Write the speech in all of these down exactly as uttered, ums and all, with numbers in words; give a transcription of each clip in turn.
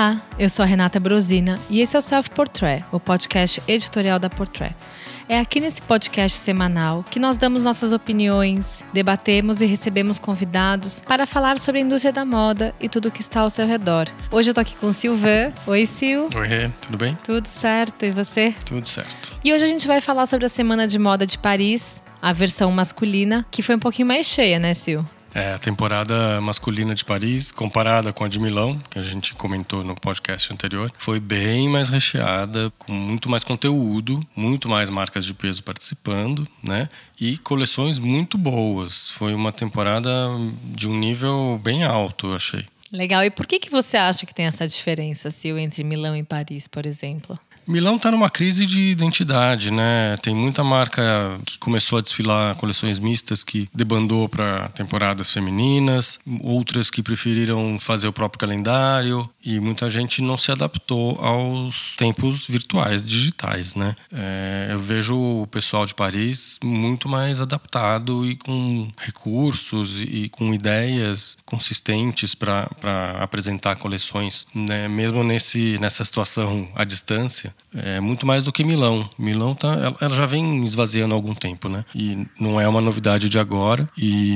Olá, eu sou a Renata Brosina e esse é o Self Portrait, o podcast editorial da Portrait. É aqui nesse podcast semanal que nós damos nossas opiniões, debatemos e recebemos convidados para falar sobre a indústria da moda e tudo o que está ao seu redor. Hoje eu tô aqui com o Silvan. Oi, Sil. Oi, Rê. Tudo bem? Tudo certo. E você? Tudo certo. E hoje a gente vai falar sobre a Semana de Moda de Paris, a versão masculina, que foi um pouquinho mais cheia, né, Sil? É, a temporada masculina de Paris, comparada com a de Milão, que a gente comentou no podcast anterior, foi bem mais recheada, com muito mais conteúdo, muito mais marcas de peso participando, né? E coleções muito boas. Foi uma temporada de um nível bem alto, eu achei. Legal. E por que, que você acha que tem essa diferença, Sil, entre Milão e Paris, por exemplo? Milão está numa crise de identidade, né? Tem muita marca que começou a desfilar coleções mistas que debandou para temporadas femininas, outras que preferiram fazer o próprio calendário e muita gente não se adaptou aos tempos virtuais, digitais, né? É, eu vejo o pessoal de Paris muito mais adaptado e com recursos e com ideias consistentes para apresentar coleções, né? Mesmo nesse, nessa situação à distância. É muito mais do que Milão. Milão tá, ela já vem esvaziando há algum tempo, né? E não é uma novidade de agora.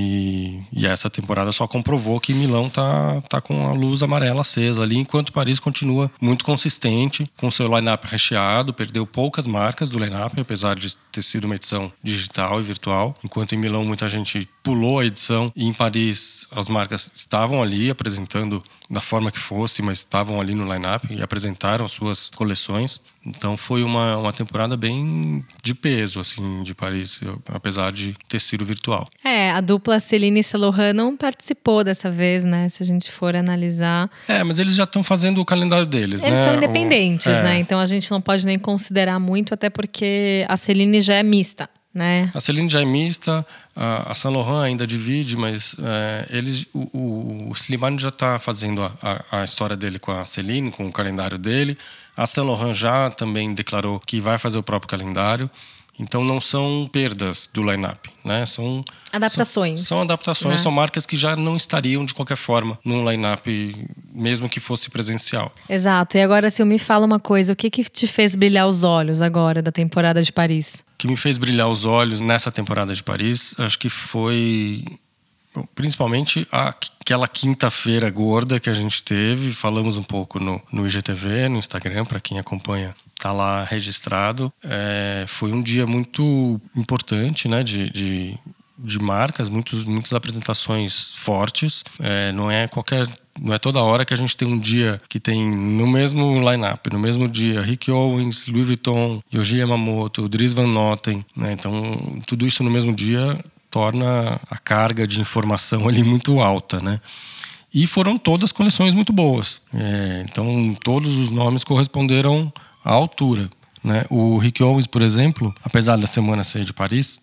E, e essa temporada só comprovou que Milão tá, tá com a luz amarela acesa ali, enquanto Paris continua muito consistente, com seu line-up recheado, perdeu poucas marcas do line-up, apesar de ter sido uma edição digital e virtual. Enquanto em Milão muita gente pulou a edição, e em Paris as marcas estavam ali apresentando da forma que fosse, mas estavam ali no line-up e apresentaram suas coleções. Então foi uma, uma temporada bem de peso, assim, de Paris, apesar de ter sido virtual. É, a dupla Celine e Saint Laurent não participou dessa vez, né? Se a gente for analisar. É, mas eles já estão fazendo o calendário deles, eles né? Eles são independentes, o, é. né? Então a gente não pode nem considerar muito, até porque a Celine já é mista. Né? A Celine já é mista, a, a Saint Laurent ainda divide, mas é, eles, o, o, o Slimane já está fazendo a, a, a história dele com a Celine, com o calendário dele. A Saint Laurent já também declarou que vai fazer o próprio calendário. Então não são perdas do line-up, né? São adaptações. São, são adaptações, né? São marcas que já não estariam de qualquer forma num line-up, mesmo que fosse presencial. Exato. E agora, Sil, me fala uma coisa, o que, que te fez brilhar os olhos agora da temporada de Paris? O que me fez brilhar os olhos nessa temporada de Paris, acho que foi principalmente aquela quinta-feira gorda que a gente teve. Falamos um pouco no, no I G T V, no Instagram, para quem acompanha. Está lá registrado. É, foi um dia muito importante, né, de, de, de marcas, muitos, muitas apresentações fortes. É, não é qualquer, não é toda hora que a gente tem um dia que tem no mesmo line-up, no mesmo dia, Rick Owens, Louis Vuitton, Yohji Yamamoto, Dries Van Noten, né? Então, tudo isso no mesmo dia torna a carga de informação ali muito alta, né? E foram todas coleções muito boas. É, então, todos os nomes corresponderam à altura, né? O Rick Owens, por exemplo, apesar da semana ser de Paris,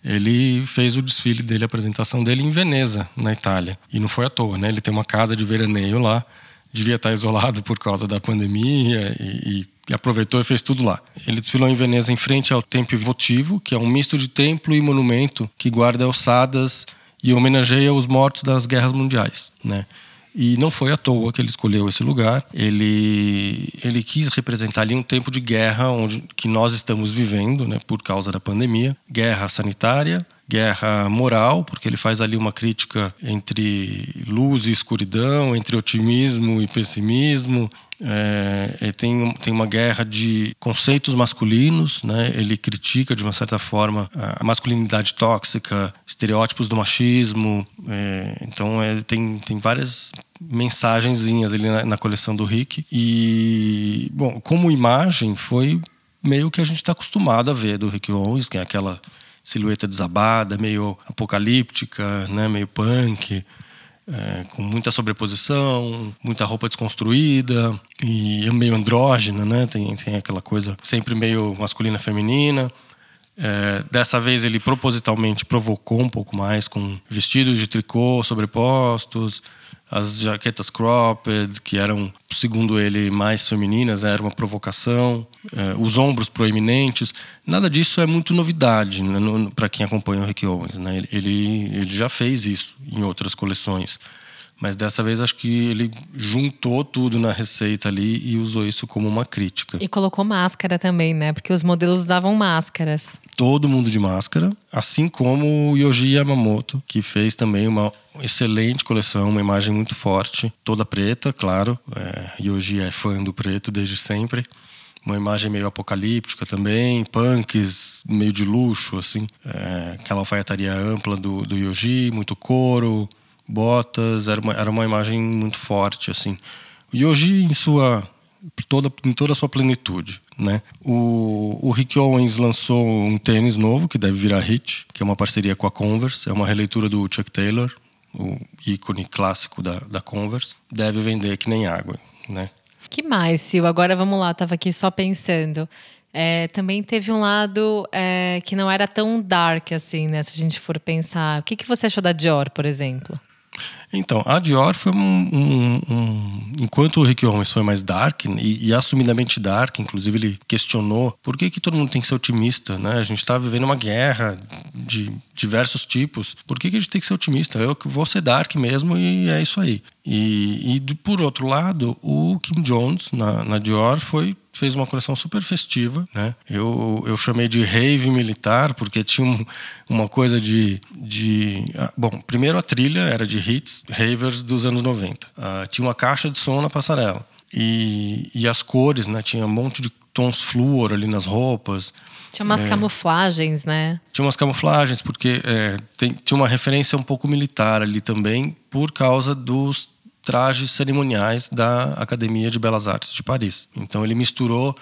ele fez o desfile dele, a apresentação dele em Veneza, na Itália. E não foi à toa, né? Ele tem uma casa de veraneio lá, devia estar isolado por causa da pandemia e, e aproveitou e fez tudo lá. Ele desfilou em Veneza em frente ao Tempio Votivo, que é um misto de templo e monumento que guarda ossadas e homenageia os mortos das guerras mundiais, né? E não foi à toa que ele escolheu esse lugar. Ele, ele quis representar ali um tempo de guerra onde, que nós estamos vivendo, né, por causa da pandemia. Guerra sanitária, guerra moral, porque ele faz ali uma crítica entre luz e escuridão, entre otimismo e pessimismo. É, tem, tem uma guerra de conceitos masculinos, né? Ele critica, de uma certa forma, a masculinidade tóxica, estereótipos do machismo. É, então, é, tem, tem várias mensagenzinhas ali na, na coleção do Rick. E, bom, como imagem, foi meio que a gente está acostumado a ver do Rick Owens, que é aquela silhueta desabada, meio apocalíptica, né? Meio punk. É, com muita sobreposição, muita roupa desconstruída e meio andrógena, né? Tem, tem aquela coisa sempre meio masculina, feminina. É, dessa vez ele propositalmente provocou um pouco mais, com vestidos de tricô sobrepostos, as jaquetas cropped, que eram, segundo ele, mais femininas, era uma provocação, é, os ombros proeminentes. Nada disso é muito novidade, né, para quem acompanha o Rick Owens, né? Ele, ele já fez isso em outras coleções. Mas dessa vez acho que ele juntou tudo na receita ali e usou isso como uma crítica. E colocou máscara também, né? Porque os modelos usavam máscaras. Todo mundo de máscara, assim como o Yohji Yamamoto, que fez também uma excelente coleção, uma imagem muito forte, toda preta, claro. É, Yohji é fã do preto desde sempre. Uma imagem meio apocalíptica também, punks, meio de luxo, assim. É, aquela alfaiataria ampla do, do Yohji, muito couro, botas, era uma, era uma imagem muito forte, assim. O Yohji em sua... Toda, em toda a sua plenitude, né? O, o Rick Owens lançou um tênis novo, que deve virar hit, que é uma parceria com a Converse. É uma releitura do Chuck Taylor, o ícone clássico da, da Converse. Deve vender que nem água, né? Que mais, Sil? Agora vamos lá, tava aqui só pensando. É, também teve um lado é, que não era tão dark assim, né? Se a gente for pensar. O que, que você achou da Dior, por exemplo? Então, a Dior foi um, um, um... Enquanto o Rick Owens foi mais dark, e, e assumidamente dark, inclusive ele questionou por que, que todo mundo tem que ser otimista, né? A gente está vivendo uma guerra de diversos tipos. Por que, que a gente tem que ser otimista? Eu vou ser dark mesmo e é isso aí. E, e por outro lado, o Kim Jones, na, na Dior, foi... fez uma coleção super festiva, né? Eu, eu chamei de rave militar, porque tinha um, uma coisa de... de bom, primeiro a trilha era de hits ravers dos anos noventa. Uh, tinha uma caixa de som na passarela. E, e as cores, né? Tinha um monte de tons fluor ali nas roupas. Tinha umas é, camuflagens, né? Tinha umas camuflagens, porque é, tem, tinha uma referência um pouco militar ali também, por causa dos trajes cerimoniais da Academia de Belas Artes de Paris. Então ele misturou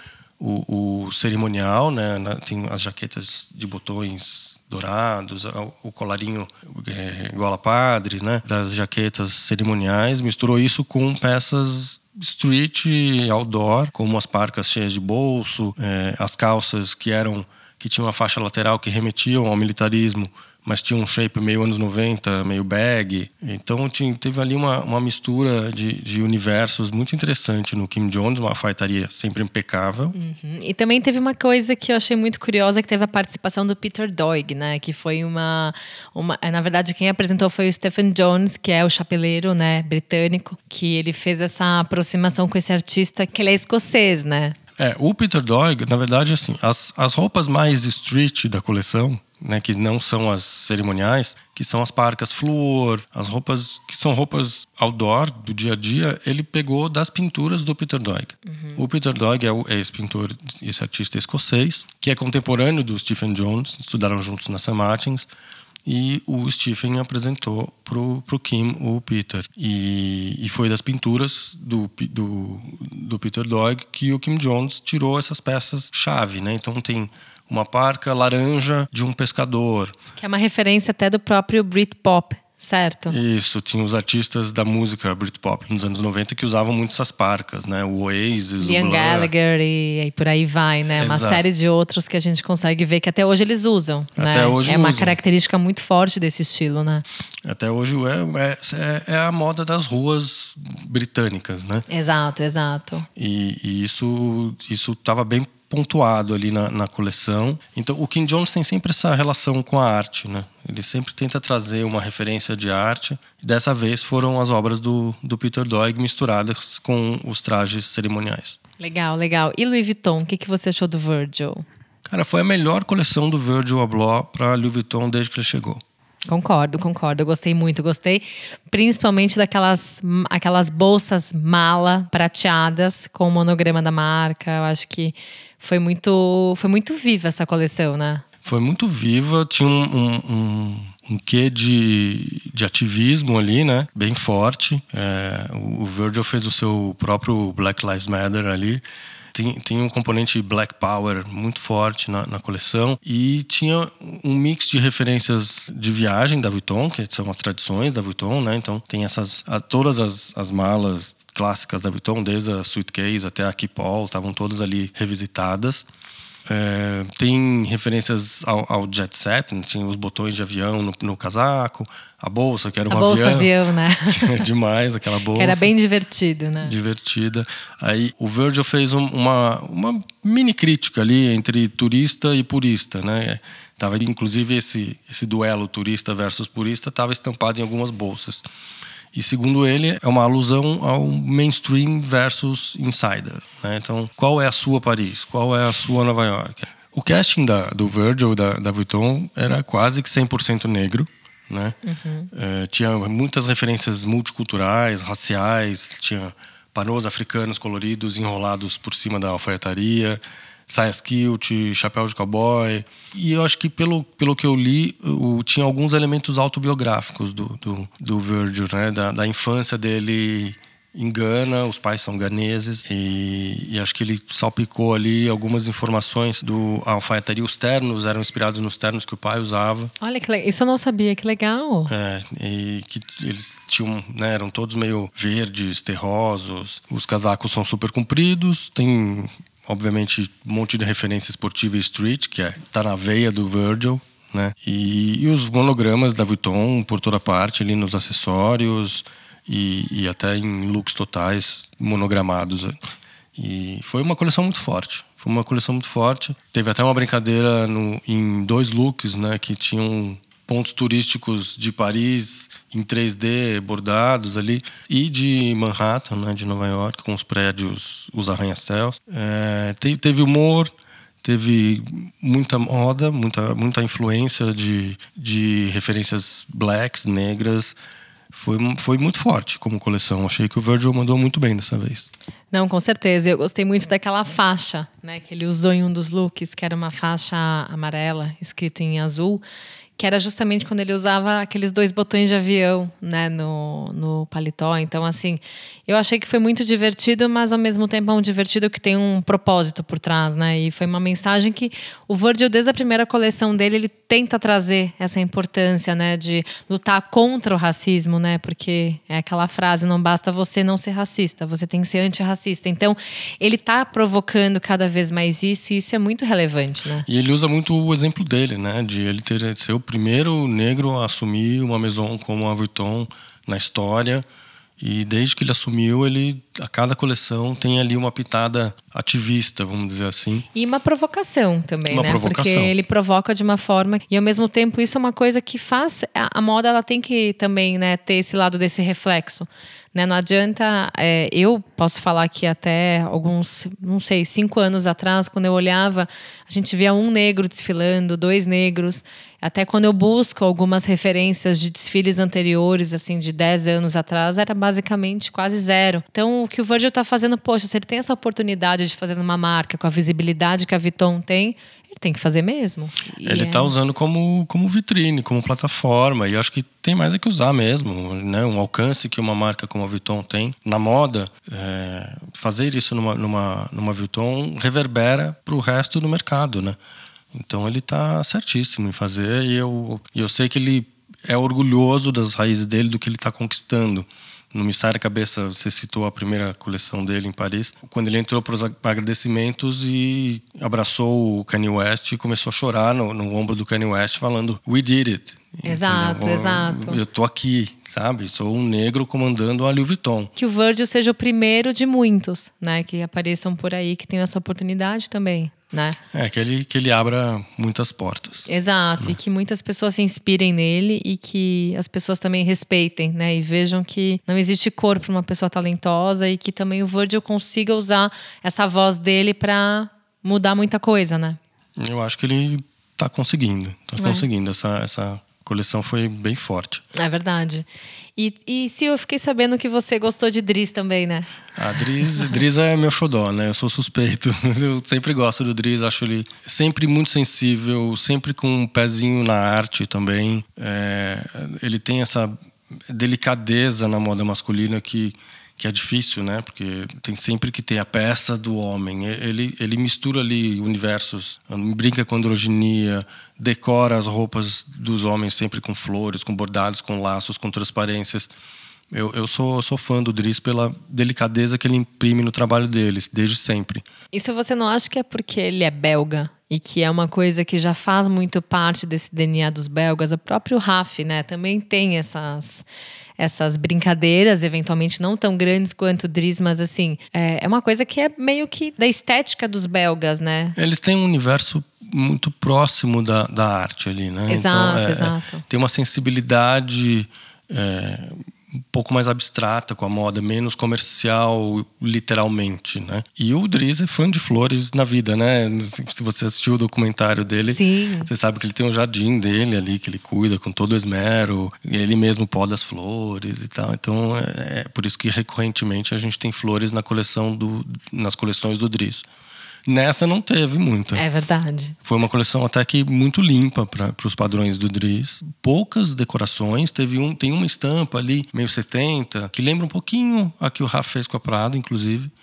o, o cerimonial, né? Tem as jaquetas de botões dourados, o colarinho é, gola padre, né? Das jaquetas cerimoniais, misturou isso com peças street, outdoor, como as parcas cheias de bolso, é, as calças que eram que tinham uma faixa lateral que remetiam ao militarismo, mas tinha um shape meio anos noventa, meio bag. Então tinha, teve ali uma, uma mistura de, de universos muito interessante no Kim Jones, uma alfaiataria sempre impecável. Uhum. E também teve uma coisa que eu achei muito curiosa, que teve a participação do Peter Doig, né? Que foi uma, uma... Na verdade, quem apresentou foi o Stephen Jones, que é o chapeleiro, né, britânico, que ele fez essa aproximação com esse artista, que ele é escocês, né? É, o Peter Doig, na verdade, assim, as, as roupas mais street da coleção, né, que não são as cerimoniais, que são as parcas fluor, as roupas que são roupas outdoor, do dia a dia, ele pegou das pinturas do Peter Doig. Uhum. O Peter Doig é, o, é esse pintor, esse artista escocês, que é contemporâneo do Stephen Jones, estudaram juntos na Saint Martins, e o Stephen apresentou pro, pro Kim o Peter. E, e foi das pinturas do, do, do Peter Doig que o Kim Jones tirou essas peças-chave, né? Então tem uma parca laranja de um pescador. Que é uma referência até do próprio Britpop, certo? Isso, tinha os artistas da música Britpop nos anos noventa que usavam muito essas parcas, né? O Oasis, Liam o Blur. Gallagher e, e por aí vai, né? Exato. Uma série de outros que a gente consegue ver que até hoje eles usam, até né? Hoje é uma usam. característica muito forte desse estilo, né? Até hoje é, é, é a moda das ruas britânicas, né? Exato, exato. E, e isso isso estava bem pontuado ali na, na coleção. Então o Kim Jones tem sempre essa relação com a arte, né? Ele sempre tenta trazer uma referência de arte. E dessa vez foram as obras do, do Peter Doig misturadas com os trajes cerimoniais. Legal, legal. E Louis Vuitton, o que, que você achou do Virgil? Cara, foi a melhor coleção do Virgil Abloh para Louis Vuitton desde que ele chegou. Concordo, concordo. Eu gostei muito. Gostei principalmente daquelas aquelas bolsas mala prateadas com o monograma da marca. Eu acho que foi muito, foi muito viva essa coleção, né? Foi muito viva. Tinha um, um, um, um quê de, de ativismo ali, né? Bem forte. É, o Virgil fez o seu próprio Black Lives Matter ali. Tem, tem um componente Black Power muito forte na, na coleção. E tinha um mix de referências de viagem da Vuitton, que são as tradições da Vuitton, né? Então tem essas, a, todas as, as malas clássicas da Vuitton, desde a Suitcase até a Keepall, estavam todas ali revisitadas. É, tem referências ao, ao jet set, né? Tinha os botões de avião no, no casaco, a bolsa, que era um a avião. A bolsa avião, né? Demais, aquela bolsa. Que era bem divertido, né? Divertida. Aí o Virgil fez um, uma, uma mini crítica ali entre turista e purista, né? Tava, inclusive esse, esse duelo turista versus purista estava estampado em algumas bolsas. E segundo ele, é uma alusão ao mainstream versus insider, né? Então, qual é a sua Paris? Qual é a sua Nova York? O casting da, do Virgil, da, da Vuitton, era quase que cem por cento negro, né? Uhum. É, tinha muitas referências multiculturais, raciais, tinha panos africanos coloridos enrolados por cima da alfaiataria, saias kilt, chapéu de cowboy. E eu acho que, pelo, pelo que eu li, o, tinha alguns elementos autobiográficos do, do, do Virgil, né? Da, da infância dele em Gana, os pais são ganeses, e, e acho que ele salpicou ali algumas informações do alfaiataria. Os ternos eram inspirados nos ternos que o pai usava. Olha, que legal. Isso eu não sabia, que legal. É, e que eles tinham, né, eram todos meio verdes, terrosos. Os casacos são super compridos, tem... obviamente, um monte de referência esportiva e street, que é, tá na veia do Virgil, né? E, e os monogramas da Vuitton por toda parte, ali nos acessórios e, e até em looks totais monogramados. E foi uma coleção muito forte. Foi uma coleção muito forte. Teve até uma brincadeira no, em dois looks, né? Que tinham pontos turísticos de Paris em três D bordados ali, e de Manhattan, né, de Nova York, com os prédios, os arranha-céus. É, te, teve humor, teve muita moda, muita, muita influência de, de referências blacks, negras. Foi, foi muito forte como coleção. Achei que o Virgil mandou muito bem dessa vez. Não, com certeza. Eu gostei muito daquela faixa, né, que ele usou em um dos looks, que era uma faixa amarela, escrito em azul, que era justamente quando ele usava aqueles dois botões de avião, né, no, no paletó. Então, assim, eu achei que foi muito divertido, mas ao mesmo tempo é um divertido que tem um propósito por trás, né? E foi uma mensagem que o Virgil, desde a primeira coleção dele, ele tenta trazer essa importância, né, de lutar contra o racismo, né? Porque é aquela frase, não basta você não ser racista, você tem que ser antirracista. Então, ele está provocando cada vez mais isso, e isso é muito relevante, né? E ele usa muito o exemplo dele, né, de ele ter ser o primeiro negro a assumir uma maison como a Vuitton na história. E desde que ele assumiu, ele, a cada coleção tem ali uma pitada ativista, vamos dizer assim. E uma provocação também, uma né? Provocação. Porque ele provoca de uma forma... E ao mesmo tempo isso é uma coisa que faz... A, a moda, ela tem que também, né, ter esse lado desse reflexo. Né? Não adianta... É, eu posso falar que até alguns, não sei, cinco anos atrás, quando eu olhava, a gente via um negro desfilando, dois negros. Até quando eu busco algumas referências de desfiles anteriores, assim, de dez anos atrás, era basicamente quase zero. Então, o que o Virgil está fazendo, poxa, se ele tem essa oportunidade de fazer numa marca com a visibilidade que a Vuitton tem, ele tem que fazer mesmo. E ele está é... usando como, como vitrine, como plataforma, e acho que tem mais é que usar mesmo, né? Um alcance que uma marca como a Vuitton tem na moda, é, fazer isso numa, numa, numa Vuitton reverbera para o resto do mercado, né? Então ele está certíssimo em fazer, e eu, eu sei que ele é orgulhoso das raízes dele, do que ele está conquistando. Não me sai da cabeça, você citou a primeira coleção dele em Paris, quando ele entrou para os agradecimentos e abraçou o Kanye West e começou a chorar no, no ombro do Kanye West, falando "We did it". Exato, entendeu? exato. Eu tô aqui, sabe? Sou um negro comandando a Louis Vuitton. Que o Virgil seja o primeiro de muitos, né, que apareçam por aí, que tenham essa oportunidade também. Né? É, que ele, que ele abra muitas portas. Exato, né? E que muitas pessoas se inspirem nele e que as pessoas também respeitem, né? E vejam que não existe cor para uma pessoa talentosa, e que também o Virgil consiga usar essa voz dele para mudar muita coisa, né? Eu acho que ele está conseguindo, está é. conseguindo. Essa, essa coleção foi bem forte. É verdade. E, e se eu fiquei sabendo que você gostou de Dries também, né? A Dries, Dries é meu xodó, né? Eu sou suspeito. Eu sempre gosto do Dries, acho ele sempre muito sensível, sempre com um pezinho na arte também. É, ele tem essa delicadeza na moda masculina que, que é difícil, né? Porque tem sempre que ter a peça do homem. Ele, ele mistura ali universos, brinca com androginia, decora as roupas dos homens sempre com flores, com bordados, com laços, com transparências. Eu, eu sou, sou fã do Dries pela delicadeza que ele imprime no trabalho deles, desde sempre. Isso você não acha que é porque ele é belga? E que é uma coisa que já faz muito parte desse D N A dos belgas? O próprio Raf, né, também tem essas... essas brincadeiras, eventualmente não tão grandes quanto o Dries, mas assim, é uma coisa que é meio que da estética dos belgas, né? Eles têm um universo muito próximo da, da arte ali, né? Exato, então, é, exato. Tem uma sensibilidade é, um pouco mais abstrata com a moda, menos comercial, literalmente, né? E o Dries é fã de flores na vida, né? Se você assistiu o documentário dele, Sim. Você sabe que ele tem um jardim dele ali, que ele cuida com todo o esmero, e ele mesmo poda as flores e tal. Então, é, é por isso que recorrentemente a gente tem flores na coleção do, nas coleções do Dries. Nessa não teve muita. É verdade. Foi uma coleção até que muito limpa para os padrões do Dries. Poucas decorações. Teve um, tem uma estampa ali, meio setenta, que lembra um pouquinho a que o Rafa fez com a Prada, inclusive.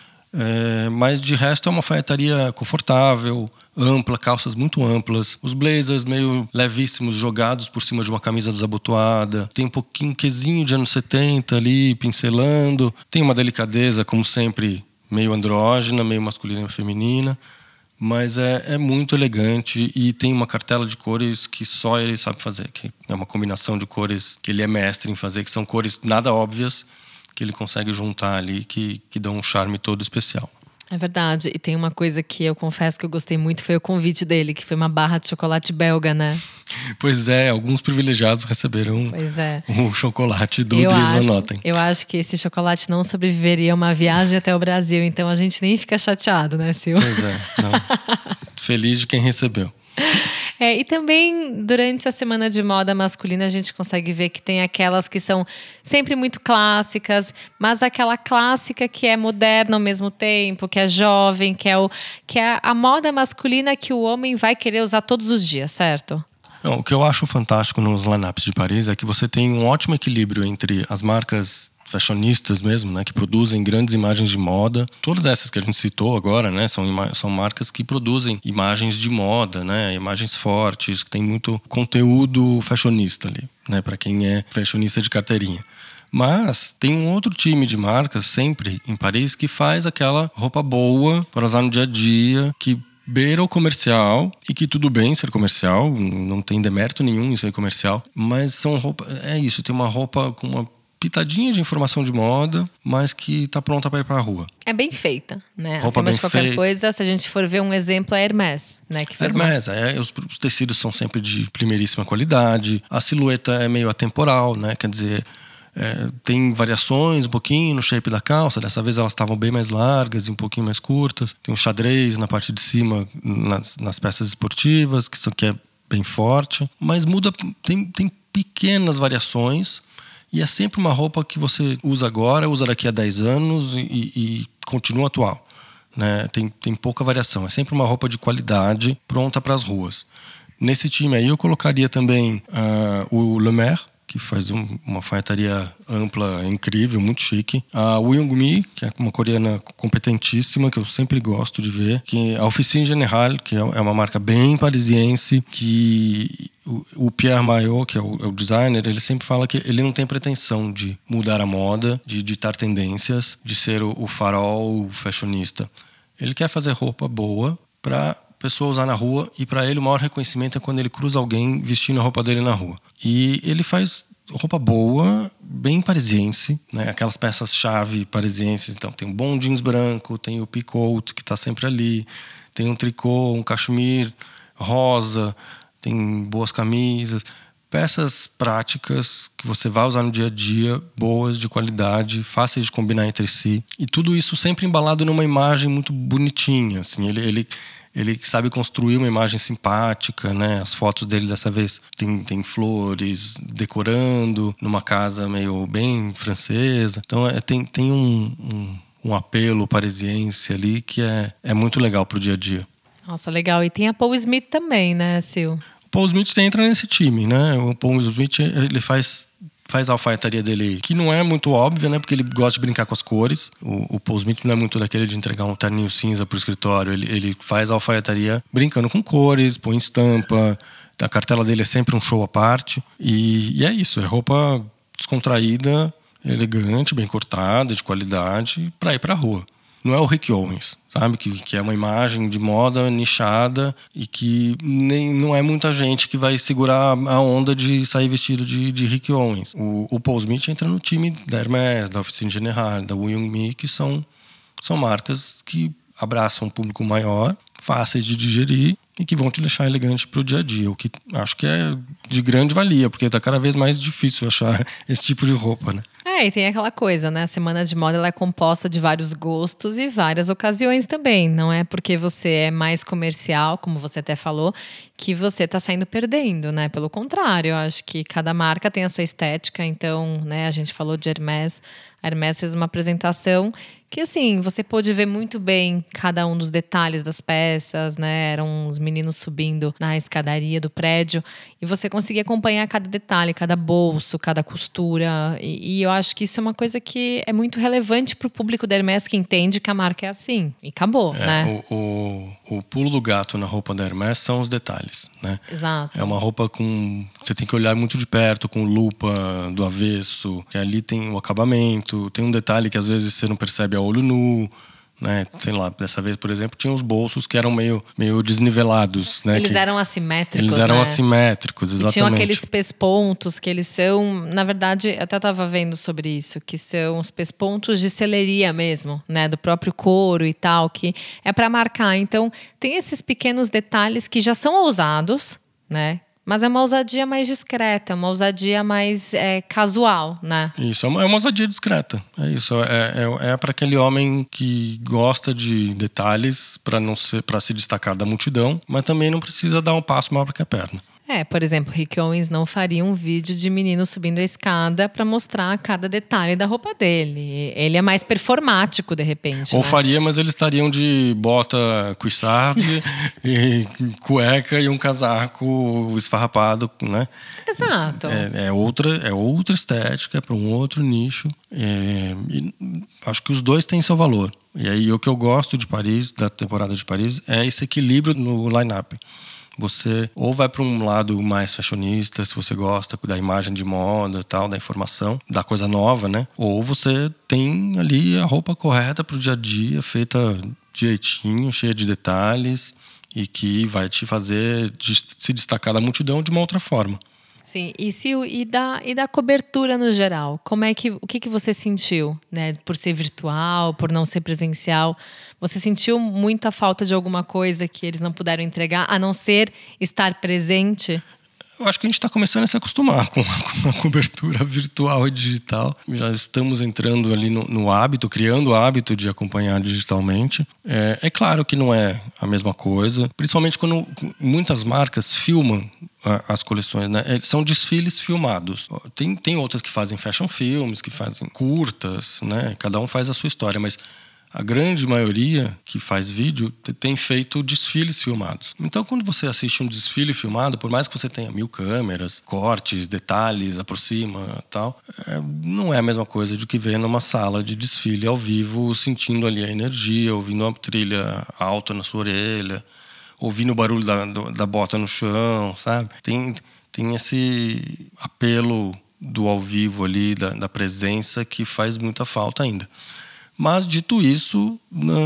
É, mas de resto é uma alfaiataria confortável, ampla, calças muito amplas. Os blazers meio levíssimos, jogados por cima de uma camisa desabotoada. Tem um pouquinho, quesinho de anos setenta ali, pincelando. Tem uma delicadeza, como sempre, meio andrógena, meio masculina e feminina, mas é, é muito elegante e tem uma cartela de cores que só ele sabe fazer, que é uma combinação de cores que ele é mestre em fazer, que são cores nada óbvias, que ele consegue juntar ali, que, que dão um charme todo especial. É verdade. E tem uma coisa que eu confesso que eu gostei muito, foi o convite dele, que foi uma barra de chocolate belga, né? Pois é, alguns privilegiados receberam pois é. o chocolate do eu Dries acho, Van Noten. Eu acho que esse chocolate não sobreviveria a uma viagem até o Brasil, então a gente nem fica chateado, né, Sil? Pois é, não. Feliz de quem recebeu. É, e também, durante a semana de moda masculina, a gente consegue ver que tem aquelas que são sempre muito clássicas, mas aquela clássica que é moderna ao mesmo tempo, que é jovem, que é, o, que é a moda masculina que o homem vai querer usar todos os dias, certo? Não, o que eu acho fantástico nos lineups de Paris é que você tem um ótimo equilíbrio entre as marcas fashionistas mesmo, né, que produzem grandes imagens de moda. Todas essas que a gente citou agora, né, são, são marcas que produzem imagens de moda, né, imagens fortes, que tem muito conteúdo fashionista ali, né, para quem é fashionista de carteirinha. Mas tem um outro time de marcas sempre em Paris que faz aquela roupa boa para usar no dia a dia, que beira o comercial, e que tudo bem ser comercial, não tem demérito nenhum em ser comercial, mas são roupas, é isso, tem uma roupa com uma pitadinha de informação de moda, mas que tá pronta para ir para a rua. É bem feita, né? Roupa Acima bem de qualquer feita. coisa, se a gente for ver um exemplo, é a Hermès, né? Que faz Hermès, uma... é, os, os tecidos são sempre de primeiríssima qualidade, a silhueta é meio atemporal, né? Quer dizer, é, tem variações um pouquinho no shape da calça, dessa vez elas estavam bem mais largas e um pouquinho mais curtas. Tem um xadrez na parte de cima, nas, nas peças esportivas, que isso aqui é bem forte, mas muda, tem, tem pequenas variações. E é sempre uma roupa que você usa agora, usa daqui a dez anos e, e continua atual, né? Tem, tem pouca variação. É sempre uma roupa de qualidade, pronta para as ruas. Nesse time aí eu colocaria também uh, o Le Maire, que faz um, uma alfaiataria ampla, incrível, muito chique. A Woo-Young-mi, que é uma coreana competentíssima, que eu sempre gosto de ver. Que a Officine Générale, que é uma marca bem parisiense, que o, o Pierre Maillot, que é o, é o designer, ele sempre fala que ele não tem pretensão de mudar a moda, de ditar tendências, de ser o, o farol fashionista. Ele quer fazer roupa boa para pessoa usar na rua, e para ele o maior reconhecimento é quando ele cruza alguém vestindo a roupa dele na rua. E ele faz roupa boa, bem parisiense, né? Aquelas peças-chave parisienses. Então tem um bom jeans branco, tem o picote que está sempre ali, tem um tricô, um cachemir rosa, tem boas camisas, peças práticas que você vai usar no dia a dia, boas, de qualidade, fáceis de combinar entre si, e tudo isso sempre embalado numa imagem muito bonitinha, assim. Ele, ele Ele sabe construir uma imagem simpática, né? As fotos dele dessa vez tem, tem flores decorando, numa casa meio bem francesa. Então é, tem, tem um, um, um apelo parisiense ali que é, é muito legal pro dia a dia. Nossa, legal. E tem a Paul Smith também, né, Sil? O Paul Smith entra nesse time, né? O Paul Smith, ele faz... faz a alfaiataria dele, que não é muito óbvia, né? Porque ele gosta de brincar com as cores. O, o Paul Smith não é muito daquele de entregar um terninho cinza pro escritório. Ele, ele faz a alfaiataria brincando com cores, põe estampa. A cartela dele é sempre um show à parte. E, e é isso, é roupa descontraída, elegante, bem cortada, de qualidade, para ir pra rua. Não é o Rick Owens, sabe? Que, que é uma imagem de moda nichada e que nem, não é muita gente que vai segurar a onda de sair vestido de, de Rick Owens. O, o Paul Smith entra no time da Hermès, da Officine Générale, da Woo-Young-mi, que são, são marcas que abraçam um público maior, fáceis de digerir e que vão te deixar elegante para o dia a dia, o que acho que é de grande valia, porque está cada vez mais difícil achar esse tipo de roupa, né? É, e tem aquela coisa, né? A semana de moda ela é composta de vários gostos e várias ocasiões também. Não é porque você é mais comercial, como você até falou, que você tá saindo perdendo, né? Pelo contrário, eu acho que cada marca tem a sua estética. Então, né, a gente falou de Hermès. A Hermès fez uma apresentação que, assim, você pôde ver muito bem cada um dos detalhes das peças, né? Eram os meninos subindo na escadaria do prédio e você conseguia acompanhar cada detalhe, cada bolso, cada costura. E, e eu acho que isso é uma coisa que é muito relevante para o público da Hermès, que entende que a marca é assim. E acabou, é, né? O, o, o pulo do gato na roupa da Hermès são os detalhes, né? Exato. É uma roupa com... Você tem que olhar muito de perto, com lupa do avesso, que ali tem o acabamento, tem um detalhe que às vezes você não percebe a olho nu, né? Sei lá, dessa vez, por exemplo, tinha os bolsos que eram meio, meio desnivelados, né? Eles que eram assimétricos, Eles eram né? assimétricos, exatamente. E tinham aqueles pespontos que eles são, na verdade, até estava vendo sobre isso, que são os pespontos de celeria mesmo, né? Do próprio couro e tal, que é para marcar. Então, tem esses pequenos detalhes que já são ousados, né? Mas é uma ousadia mais discreta, uma ousadia mais é, casual, né? Isso, é uma, é uma ousadia discreta. É isso, é, é, é para aquele homem que gosta de detalhes para não ser, para se destacar da multidão, mas também não precisa dar um passo maior que a perna. É, por exemplo, Rick Owens não faria um vídeo de menino subindo a escada para mostrar cada detalhe da roupa dele. Ele é mais performático, de repente. Ou né? faria, mas eles estariam de bota cuissarde, e cueca e um casaco esfarrapado, né? Exato. É, é, outra, é outra estética, é para um outro nicho. É, e acho que os dois têm seu valor. E aí o que eu gosto de Paris, da temporada de Paris, é esse equilíbrio no line-up. Você ou vai para um lado mais fashionista, se você gosta da imagem de moda, tal, da informação, da coisa nova, né? Ou você tem ali a roupa correta para o dia a dia, feita direitinho, cheia de detalhes e que vai te fazer se destacar da multidão de uma outra forma. Sim, e, se, e, da, e da cobertura no geral? Como é que, o que, que você sentiu, né? Por ser virtual, por não ser presencial? Você sentiu muita falta de alguma coisa que eles não puderam entregar, a não ser estar presente? Eu acho que a gente está começando a se acostumar com a cobertura virtual e digital. Já estamos entrando ali no, no hábito, criando o hábito de acompanhar digitalmente. É, é claro que não é a mesma coisa, principalmente quando muitas marcas filmam as coleções, né? São desfiles filmados. Tem, tem outras que fazem fashion films, que fazem curtas, né? Cada um faz a sua história, mas a grande maioria que faz vídeo tem feito desfiles filmados. Então, quando você assiste um desfile filmado, por mais que você tenha mil câmeras, cortes, detalhes, aproxima e tal, é, não é a mesma coisa do que ver numa sala de desfile ao vivo, sentindo ali a energia, ouvindo uma trilha alta na sua orelha, ouvindo o barulho da, da bota no chão, sabe? Tem, tem esse apelo do ao vivo ali, da, da presença, que faz muita falta ainda. Mas, dito isso,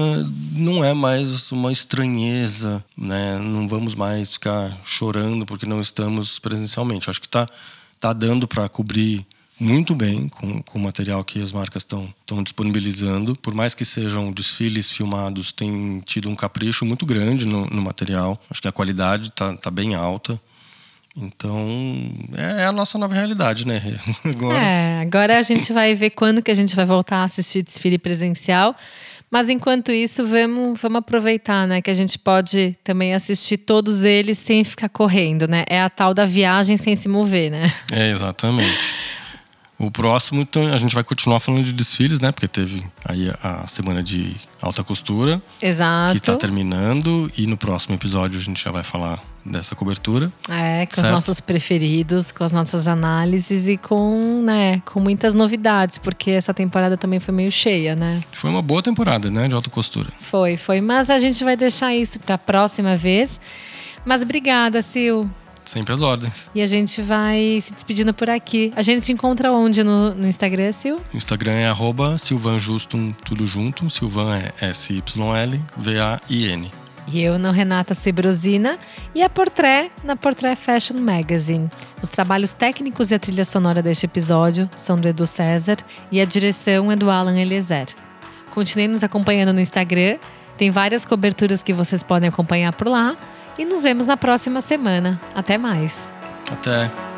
não é mais uma estranheza, né? Não vamos mais ficar chorando porque não estamos presencialmente. Acho que está tá dando para cobrir muito bem com, com o material que as marcas estão disponibilizando. Por mais que sejam desfiles filmados, tem tido um capricho muito grande no, no material. Acho que a qualidade está tá bem alta. Então, é a nossa nova realidade, né? Agora... É, agora a gente vai ver quando que a gente vai voltar a assistir desfile presencial. Mas enquanto isso, vamos, vamos aproveitar, né? Que a gente pode também assistir todos eles sem ficar correndo, né? É a tal da viagem sem se mover, né? É, exatamente. O próximo, então, a gente vai continuar falando de desfiles, né? Porque teve aí a semana de alta costura. Exato. Que está terminando. E no próximo episódio a gente já vai falar dessa cobertura. É, com certo? Os nossos preferidos, com as nossas análises e com, né, com muitas novidades. Porque essa temporada também foi meio cheia, né? Foi uma boa temporada, né? De alta costura. Foi, foi. Mas a gente vai deixar isso para a próxima vez. Mas obrigada, Sil. Sempre às ordens. E a gente vai se despedindo por aqui. A gente te encontra onde no, no Instagram, Sil? O Instagram é arroba silvanjustum, tudo junto. Silvan é S Y L V A I N. E eu, não, Renata Sebrosina. E a Portrait, na Portrait Fashion Magazine. Os trabalhos técnicos e a trilha sonora deste episódio são do Edu César e a direção é do Alan Eliezer. Continue nos acompanhando no Instagram. Tem várias coberturas que vocês podem acompanhar por lá. e nos vemos na próxima semana. Até mais! Até!